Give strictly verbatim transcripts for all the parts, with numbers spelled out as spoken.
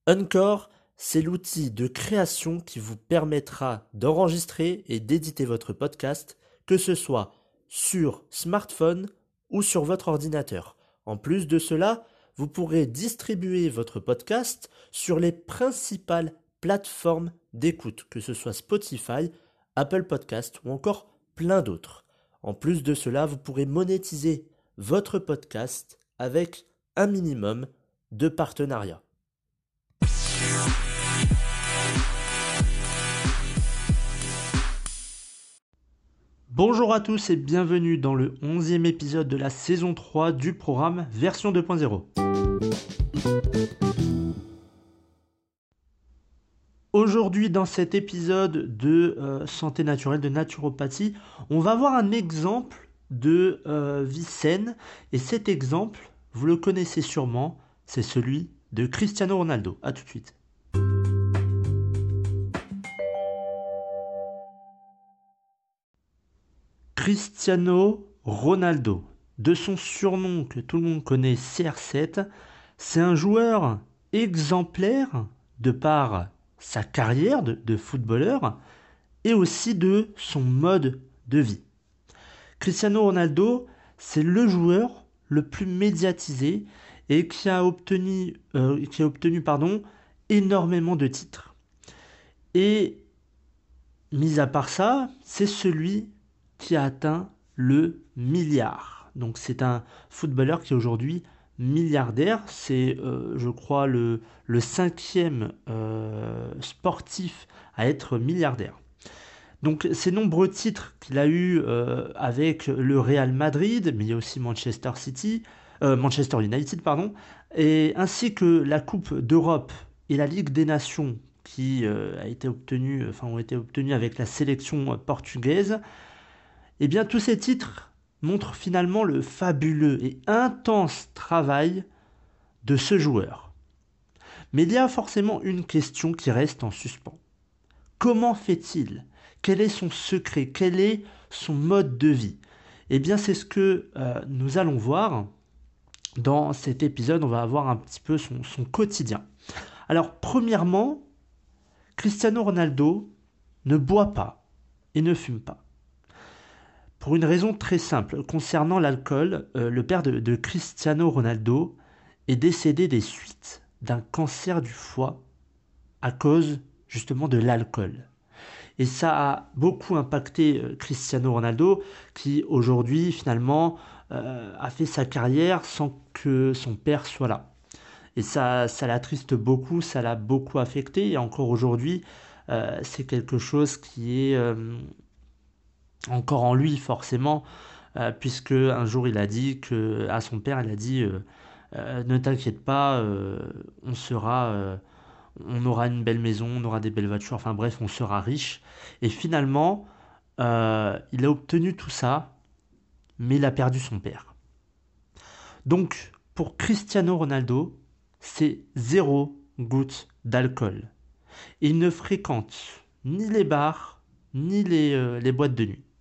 Anchor, c'est l'outil de création qui vous permettra d'enregistrer et d'éditer votre podcast, que ce soit sur smartphone ou sur votre ordinateur. En plus de cela, vous pourrez distribuer votre podcast sur les principales plateformes d'écoute, que ce soit Spotify, Apple Podcast ou encore plein d'autres. En plus de cela, vous pourrez monétiser votre podcast avec un minimum de partenariats. Bonjour à tous et bienvenue dans le onzième épisode de la saison trois du programme version deux point zéro. Aujourd'hui, dans cet épisode de euh, santé naturelle, de naturopathie, on va voir un exemple de euh, vie saine. Et cet exemple, vous le connaissez sûrement, c'est celui de Cristiano Ronaldo. A tout de suite. Cristiano Ronaldo, de son surnom que tout le monde connaît C R sept, c'est un joueur exemplaire de par sa carrière de, de footballeur et aussi de son mode de vie. Cristiano Ronaldo, c'est le joueur le plus médiatisé et qui a obtenu, euh, qui a obtenu pardon, énormément de titres. Et mis à part ça, c'est celui qui a atteint le milliard. Donc c'est un footballeur qui est aujourd'hui milliardaire. C'est, euh, je crois, le, le cinquième euh, sportif à être milliardaire. Donc ces nombreux titres qu'il a eu euh, avec le Real Madrid, mais il y a aussi Manchester City, euh, Manchester United, pardon, et ainsi que la Coupe d'Europe et la Ligue des Nations qui euh, a été obtenue, enfin ont été obtenus avec la sélection portugaise. Eh bien, tous ces titres montrent finalement le fabuleux et intense travail de ce joueur. Mais il y a forcément une question qui reste en suspens. Comment fait-il ? Quel est son secret ? Quel est son mode de vie ? Eh bien, c'est ce que euh, nous allons voir dans cet épisode. On va avoir un petit peu son, son quotidien. Alors, premièrement, Cristiano Ronaldo ne boit pas et ne fume pas. Pour une raison très simple, concernant l'alcool, euh, le père de, de Cristiano Ronaldo est décédé des suites d'un cancer du foie à cause justement de l'alcool. Et ça a beaucoup impacté euh, Cristiano Ronaldo qui aujourd'hui finalement euh, a fait sa carrière sans que son père soit là. Et ça, ça l'attriste beaucoup, ça l'a beaucoup affecté et encore aujourd'hui euh, c'est quelque chose qui est... Euh, encore en lui forcément, euh, puisque un jour il a dit que à son père, il a dit euh, euh, ne t'inquiète pas, euh, on sera, euh, on aura une belle maison, on aura des belles voitures, enfin bref, on sera riche. Et finalement, euh, il a obtenu tout ça, mais il a perdu son père. Donc pour Cristiano Ronaldo, c'est zéro goutte d'alcool. Il ne fréquente ni les bars, ni les, euh, les boîtes de nuit.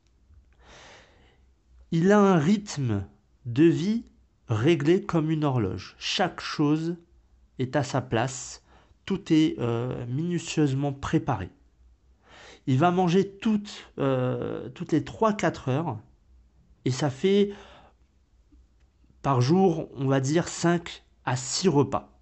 Il a un rythme de vie réglé comme une horloge. Chaque chose est à sa place. Tout est euh, minutieusement préparé. Il va manger toutes, euh, toutes les trois quatre heures. Et ça fait par jour, on va dire, cinq à six repas.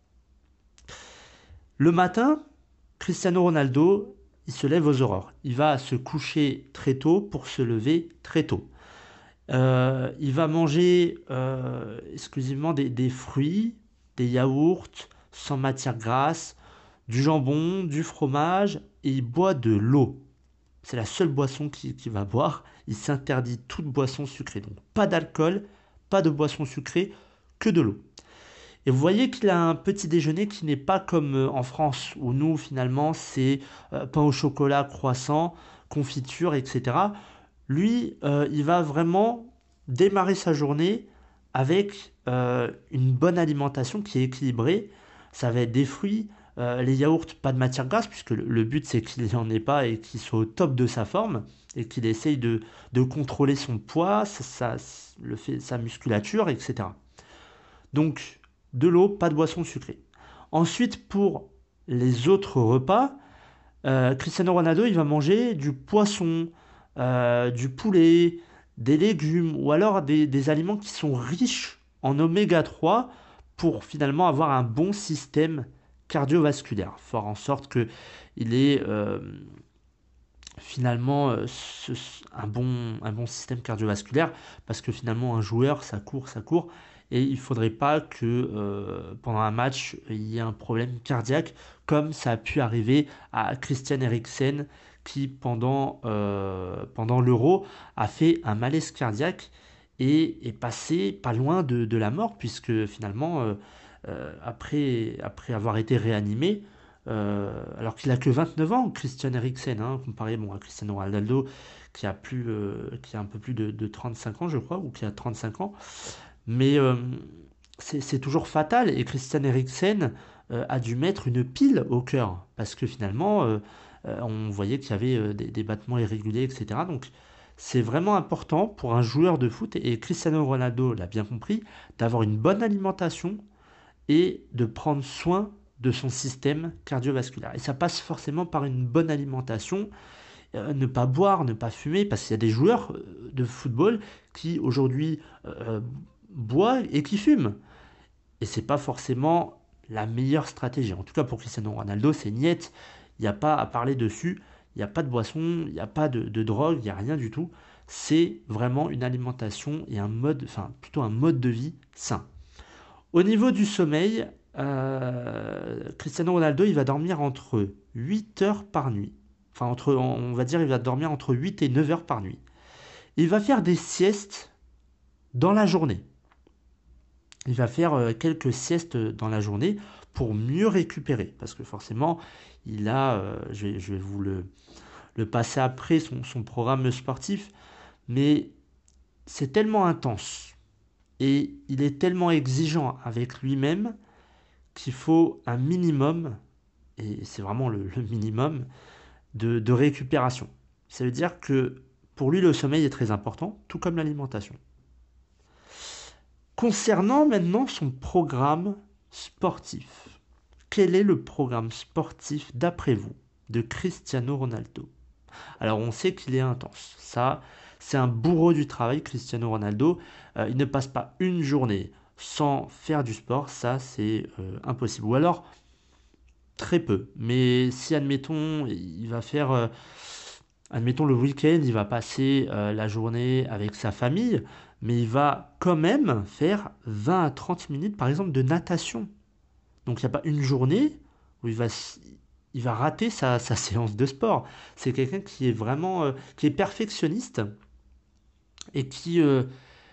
Le matin, Cristiano Ronaldo, il se lève aux aurores. Il va se coucher très tôt pour se lever très tôt. Euh, il va manger euh, exclusivement des, des fruits, des yaourts sans matière grasse, du jambon, du fromage et il boit de l'eau. C'est la seule boisson qu'il, qu'il va boire. Il s'interdit toute boisson sucrée. Donc pas d'alcool, pas de boisson sucrée, que de l'eau. Et vous voyez qu'il a un petit déjeuner qui n'est pas comme euh, en France où nous finalement c'est euh, pain au chocolat, croissant, confiture, et cetera. Lui, euh, il va vraiment démarrer sa journée avec euh, une bonne alimentation qui est équilibrée. Ça va être des fruits, euh, les yaourts, pas de matière grasse, puisque le, le but c'est qu'il n'en ait pas et qu'il soit au top de sa forme et qu'il essaye de, de contrôler son poids, sa, sa, le fait, sa musculature, et cetera. Donc, de l'eau, pas de boisson sucrée. Ensuite, pour les autres repas, euh, Cristiano Ronaldo, il va manger du poisson, euh, du poulet, des légumes, ou alors des, des aliments qui sont riches en oméga trois pour finalement avoir un bon système cardiovasculaire, faire en sorte que il ait euh, finalement euh, ce- un bon, un bon système cardiovasculaire, parce que finalement un joueur, ça court, ça court, et il ne faudrait pas que euh, pendant un match, il y ait un problème cardiaque, comme ça a pu arriver à Christian Eriksen, qui pendant, euh, pendant l'Euro a fait un malaise cardiaque et est passé pas loin de, de la mort, puisque finalement, euh, euh, après, après avoir été réanimé, euh, alors qu'il a que vingt-neuf ans, Christian Eriksen, hein, comparé bon, à Cristiano Ronaldo, qui a, plus, euh, qui a un peu plus de, de trente-cinq ans, je crois, ou qui a trente-cinq ans. Mais euh, c'est c'est toujours fatal, et Christian Eriksen euh, a dû mettre une pile au cœur, parce que finalement, euh, euh, on voyait qu'il y avait euh, des, des battements irréguliers, et cetera. Donc, c'est vraiment important pour un joueur de foot, et Cristiano Ronaldo l'a bien compris, d'avoir une bonne alimentation et de prendre soin de son système cardiovasculaire. Et ça passe forcément par une bonne alimentation, euh, ne pas boire, ne pas fumer, parce qu'il y a des joueurs euh, de football qui aujourd'hui euh, boivent et qui fument. Et c'est pas forcément la meilleure stratégie. En tout cas pour Cristiano Ronaldo, c'est niette. Il n'y a pas à parler dessus. Il n'y a pas de boisson, il n'y a pas de, de drogue, il n'y a rien du tout. C'est vraiment une alimentation et un mode, enfin plutôt un mode de vie sain. Au niveau du sommeil, euh, Cristiano Ronaldo, il va dormir entre huit heures par nuit. Enfin, entre, on va dire, il va dormir entre huit et neuf heures par nuit. Il va faire des siestes dans la journée. Il va faire euh, quelques siestes dans la journée pour mieux récupérer. Parce que forcément, il a, euh, je vais, je vais vous le, le passer après, son, son programme sportif, mais c'est tellement intense et il est tellement exigeant avec lui-même qu'il faut un minimum, et c'est vraiment le, le minimum, de, de récupération. Ça veut dire que pour lui, le sommeil est très important, tout comme l'alimentation. Concernant maintenant son programme sportif, quel est le programme sportif d'après vous de Cristiano Ronaldo? Alors on sait qu'il est intense, ça c'est un bourreau du travail, Cristiano Ronaldo. Euh, il ne passe pas une journée sans faire du sport, ça c'est euh, impossible. Ou alors très peu. Mais si, admettons, il va faire, euh, admettons, le week-end, il va passer euh, la journée avec sa famille, mais il va quand même faire vingt à trente minutes, par exemple, de natation. Donc il n'y a pas une journée où il va, s- il va rater sa, sa séance de sport. C'est quelqu'un qui est vraiment, euh, qui est perfectionniste et qui, euh,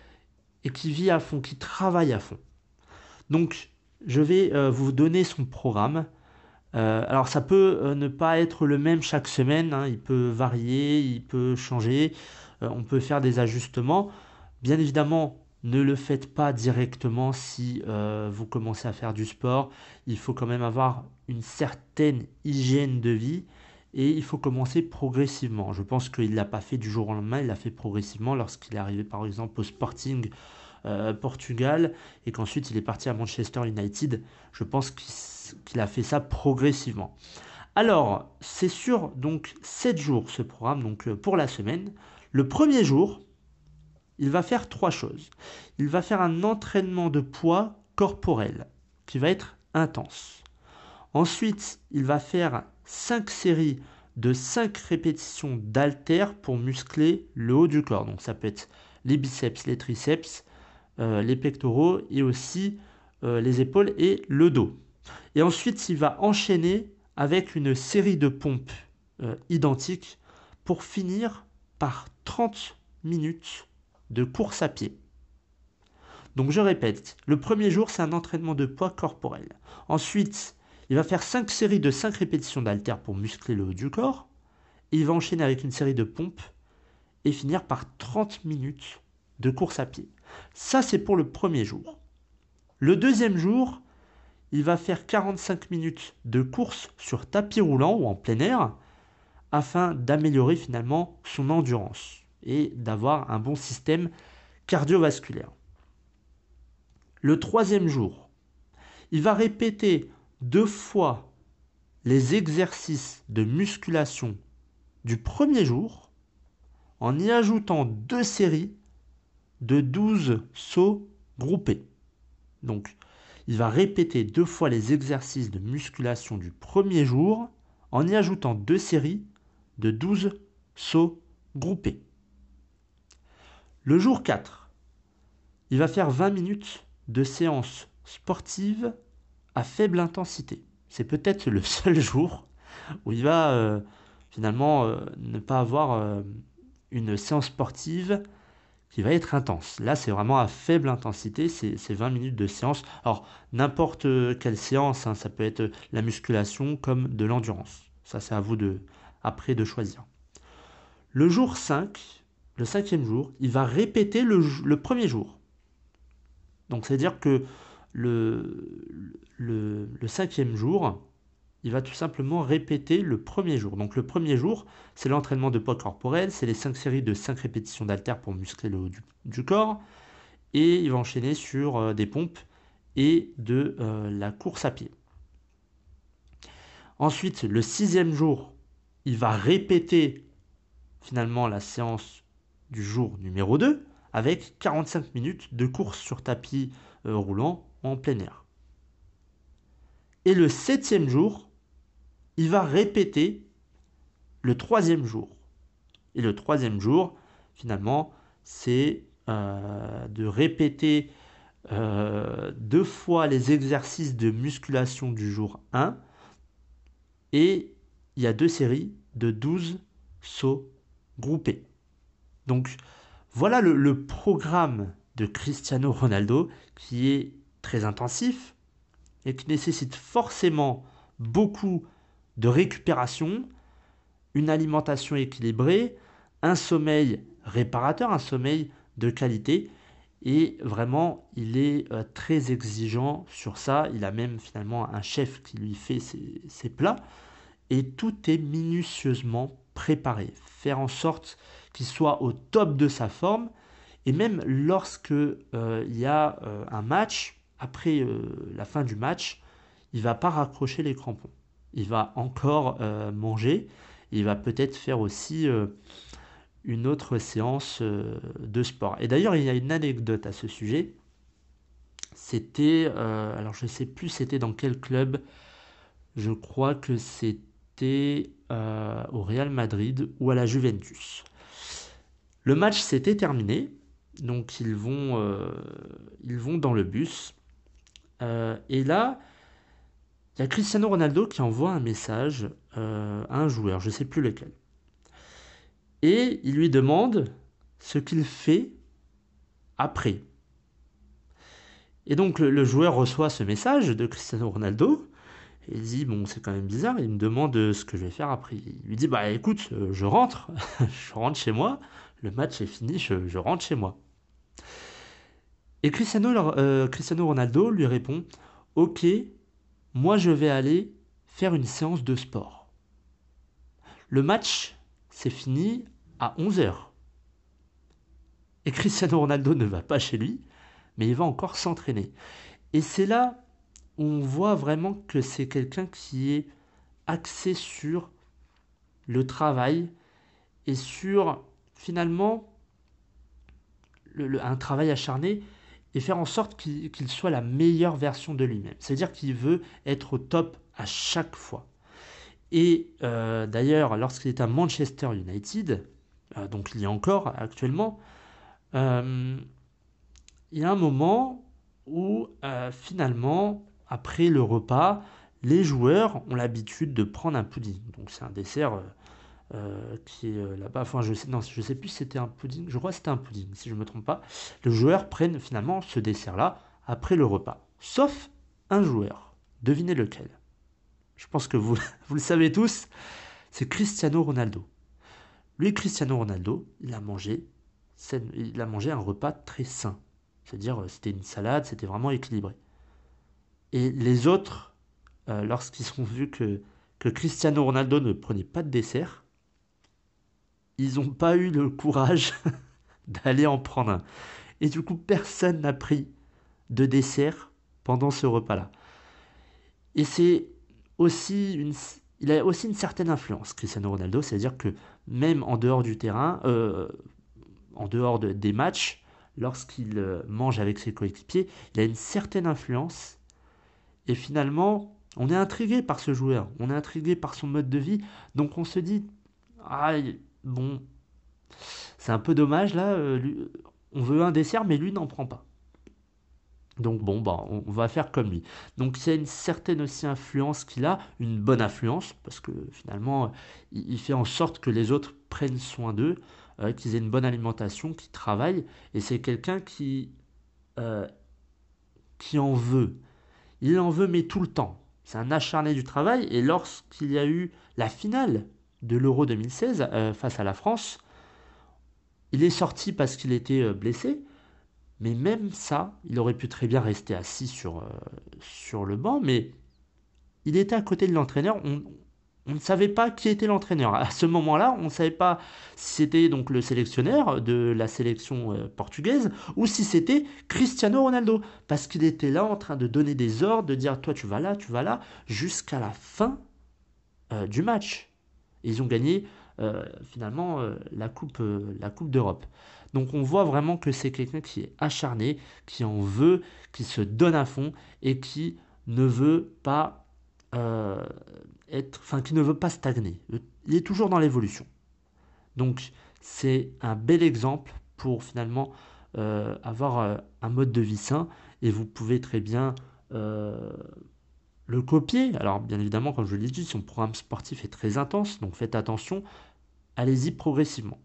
et qui vit à fond, qui travaille à fond. Donc, je vais euh, vous donner son programme. Euh, alors ça peut euh, ne pas être le même chaque semaine, hein, il peut varier, il peut changer, euh, on peut faire des ajustements. Bien évidemment, ne le faites pas directement si euh, vous commencez à faire du sport. Il faut quand même avoir une certaine hygiène de vie et il faut commencer progressivement. Je pense qu'il ne l'a pas fait du jour au lendemain, il l'a fait progressivement lorsqu'il est arrivé par exemple au Sporting euh, Portugal et qu'ensuite il est parti à Manchester United. Je pense qu'il qu'il a fait ça progressivement. Alors, c'est sur donc sept jours ce programme, donc euh, pour la semaine. Le premier jour, il va faire trois choses. Il va faire un entraînement de poids corporel qui va être intense. Ensuite, il va faire cinq séries de cinq répétitions d'haltères pour muscler le haut du corps. Donc ça peut être les biceps, les triceps, euh, les pectoraux et aussi euh, les épaules et le dos. Et ensuite, il va enchaîner avec une série de pompes euh, identiques pour finir par trente minutes de course à pied. Donc je répète, le premier jour, c'est un entraînement de poids corporel. Ensuite, il va faire cinq séries de cinq répétitions d'haltères pour muscler le haut du corps. Et il va enchaîner avec une série de pompes et finir par trente minutes de course à pied. Ça, c'est pour le premier jour. Le deuxième jour, il va faire quarante-cinq minutes de course sur tapis roulant ou en plein air afin d'améliorer finalement son endurance et d'avoir un bon système cardiovasculaire. Le troisième jour, il va répéter deux fois les exercices de musculation du premier jour en y ajoutant deux séries de douze sauts groupés. Donc, il va répéter deux fois les exercices de musculation du premier jour en y ajoutant deux séries de douze sauts groupés. Le jour quatre, il va faire vingt minutes de séance sportive à faible intensité. C'est peut-être le seul jour où il va euh, finalement euh, ne pas avoir euh, une séance sportive qui va être intense. Là, c'est vraiment à faible intensité, c'est, c'est vingt minutes de séance. Alors, n'importe quelle séance, hein, ça peut être la musculation comme de l'endurance. Ça, c'est à vous de, après de choisir. Le jour cinq, le cinquième jour, il va répéter le, le premier jour. Donc, c'est-à-dire que le, le, le cinquième jour, il va tout simplement répéter le premier jour. Donc le premier jour, c'est l'entraînement de poids corporel, c'est les cinq séries de cinq répétitions d'haltères pour muscler le haut du, du corps, et il va enchaîner sur euh, des pompes et de euh, la course à pied. Ensuite, le sixième jour, il va répéter finalement la séance du jour numéro deux avec quarante-cinq minutes de course sur tapis euh, roulant en plein air. Et le septième jour, il va répéter le troisième jour. Et le troisième jour, finalement, c'est euh, de répéter euh, deux fois les exercices de musculation du jour un. Et il y a deux séries de douze sauts groupés. Donc, voilà le, le programme de Cristiano Ronaldo qui est très intensif et qui nécessite forcément beaucoup de récupération, une alimentation équilibrée, un sommeil réparateur, un sommeil de qualité. Et vraiment, il est euh, très exigeant sur ça. Il a même finalement un chef qui lui fait ses, ses plats. Et tout est minutieusement préparé. Faire en sorte qu'il soit au top de sa forme. Et même lorsque euh, il y a euh, un match, après euh, la fin du match, il ne va pas raccrocher les crampons. Il va encore euh, manger. Il va peut-être faire aussi euh, une autre séance euh, de sport. Et d'ailleurs, il y a une anecdote à ce sujet. C'était, euh, alors je ne sais plus c'était dans quel club. Je crois que c'était euh, au Real Madrid ou à la Juventus. Le match s'était terminé. Donc ils vont, euh, ils vont dans le bus. Euh, et là, il y a Cristiano Ronaldo qui envoie un message euh, à un joueur, je ne sais plus lequel. Et il lui demande ce qu'il fait après. Et donc le, le joueur reçoit ce message de Cristiano Ronaldo. Et il dit, bon, c'est quand même bizarre, il me demande ce que je vais faire après. Il lui dit, bah écoute, je rentre, je rentre chez moi, le match est fini, je, je rentre chez moi. Et Cristiano, euh, Cristiano Ronaldo lui répond, ok, moi je vais aller faire une séance de sport. Le match, c'est fini à onze heures. Et Cristiano Ronaldo ne va pas chez lui, mais il va encore s'entraîner. Et c'est là où on voit vraiment que c'est quelqu'un qui est axé sur le travail et sur finalement le, le, un travail acharné et faire en sorte qu'il, qu'il soit la meilleure version de lui-même. C'est-à-dire qu'il veut être au top à chaque fois. Et euh, d'ailleurs, lorsqu'il est à Manchester United, euh, donc il y a encore actuellement, euh, il y a un moment où euh, finalement, après le repas, les joueurs ont l'habitude de prendre un pudding. Donc c'est un dessert euh, euh, qui est euh, là-bas. Enfin, je sais, non, je sais plus si c'était un pudding. Je crois que c'était un pudding, si je ne me trompe pas. Les joueurs prennent finalement ce dessert-là après le repas. Sauf un joueur. Devinez lequel. Je pense que vous, vous le savez tous. C'est Cristiano Ronaldo. Lui, Cristiano Ronaldo, il a mangé, il a mangé un repas très sain. C'est-à-dire, c'était une salade, c'était vraiment équilibré. Et les autres, euh, lorsqu'ils ont vu que, que Cristiano Ronaldo ne prenait pas de dessert, ils n'ont pas eu le courage d'aller en prendre un. Et du coup, personne n'a pris de dessert pendant ce repas-là. Et c'est aussi une, il a aussi une certaine influence, Cristiano Ronaldo, c'est-à-dire que même en dehors du terrain, euh, en dehors de- des matchs, lorsqu'il euh, mange avec ses coéquipiers, il a une certaine influence. Et finalement, on est intrigué par ce joueur, on est intrigué par son mode de vie, donc on se dit, ah, bon, c'est un peu dommage là, euh, lui- on veut un dessert, mais lui n'en prend pas. Donc bon, bah, on on va faire comme lui. Donc il y a une certaine aussi influence qu'il a, une bonne influence, parce que finalement, il, il fait en sorte que les autres prennent soin d'eux, euh, qu'ils aient une bonne alimentation, qu'ils travaillent, et c'est quelqu'un qui, euh, qui en veut. Il en veut, mais tout le temps. C'est un acharné du travail, et lorsqu'il y a eu la finale de l'Euro deux mille seize euh, face à la France, il est sorti parce qu'il était euh, blessé, mais même ça, il aurait pu très bien rester assis sur, euh, sur le banc, mais il était à côté de l'entraîneur. On, on ne savait pas qui était l'entraîneur. À ce moment-là, on ne savait pas si c'était donc le sélectionneur de la sélection euh, portugaise ou si c'était Cristiano Ronaldo. Parce qu'il était là en train de donner des ordres, de dire toi tu vas là, tu vas là, jusqu'à la fin euh, du match. Et ils ont gagné euh, finalement euh, la coupe, euh, la coupe d'Europe. Donc on voit vraiment que c'est quelqu'un qui est acharné, qui en veut, qui se donne à fond et qui ne veut pas euh, être, enfin qui ne veut pas stagner. Il est toujours dans l'évolution. Donc c'est un bel exemple pour finalement euh, avoir euh, un mode de vie sain et vous pouvez très bien euh, le copier. Alors bien évidemment, comme je l'ai dit, son programme sportif est très intense, donc faites attention, allez-y progressivement.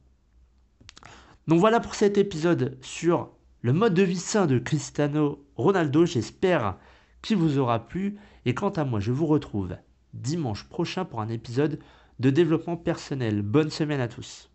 Donc voilà pour cet épisode sur le mode de vie sain de Cristiano Ronaldo. J'espère qu'il vous aura plu. Et quant à moi, je vous retrouve dimanche prochain pour un épisode de développement personnel. Bonne semaine à tous.